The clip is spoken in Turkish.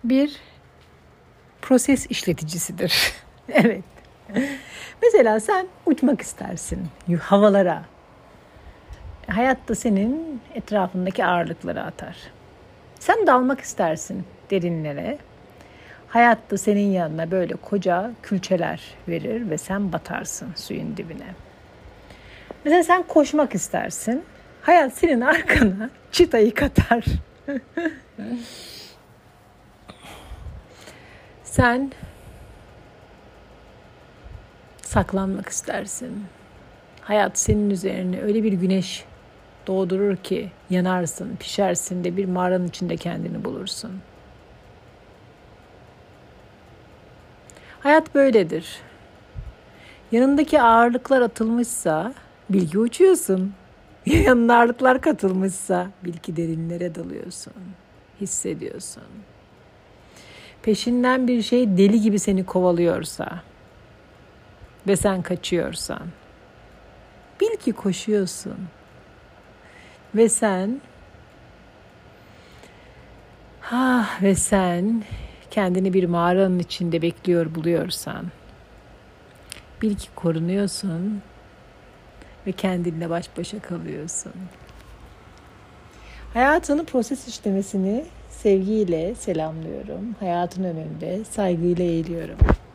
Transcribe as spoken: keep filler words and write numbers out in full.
bir proses işleticisidir. Evet. Mesela sen uçmak istersin havalara. Hayat da senin etrafındaki ağırlıkları atar. Sen dalmak istersin derinlere. Hayat da senin yanına böyle koca külçeler verir ve sen batarsın suyun dibine. Mesela sen koşmak istersin. Hayat senin arkana çıtayı katar. Sen saklanmak istersin. Hayat senin üzerine öyle bir güneş doğdurur ki yanarsın, pişersin de bir mağaranın içinde kendini bulursun. Hayat böyledir. Yanındaki ağırlıklar atılmışsa bil ki uçuyorsun. Yanına ağırlıklar katılmışsa bil ki derinlere dalıyorsun. Hissediyorsun. Peşinden bir şey deli gibi seni kovalıyorsa ve sen kaçıyorsan bil ki koşuyorsun. Ve sen ah ve sen kendini bir mağaranın içinde bekliyor buluyorsan bil ki korunuyorsun ve kendinle baş başa kalıyorsun. Hayatının proses işlemesini sevgiyle selamlıyorum. Hayatın önünde saygıyla eğiliyorum.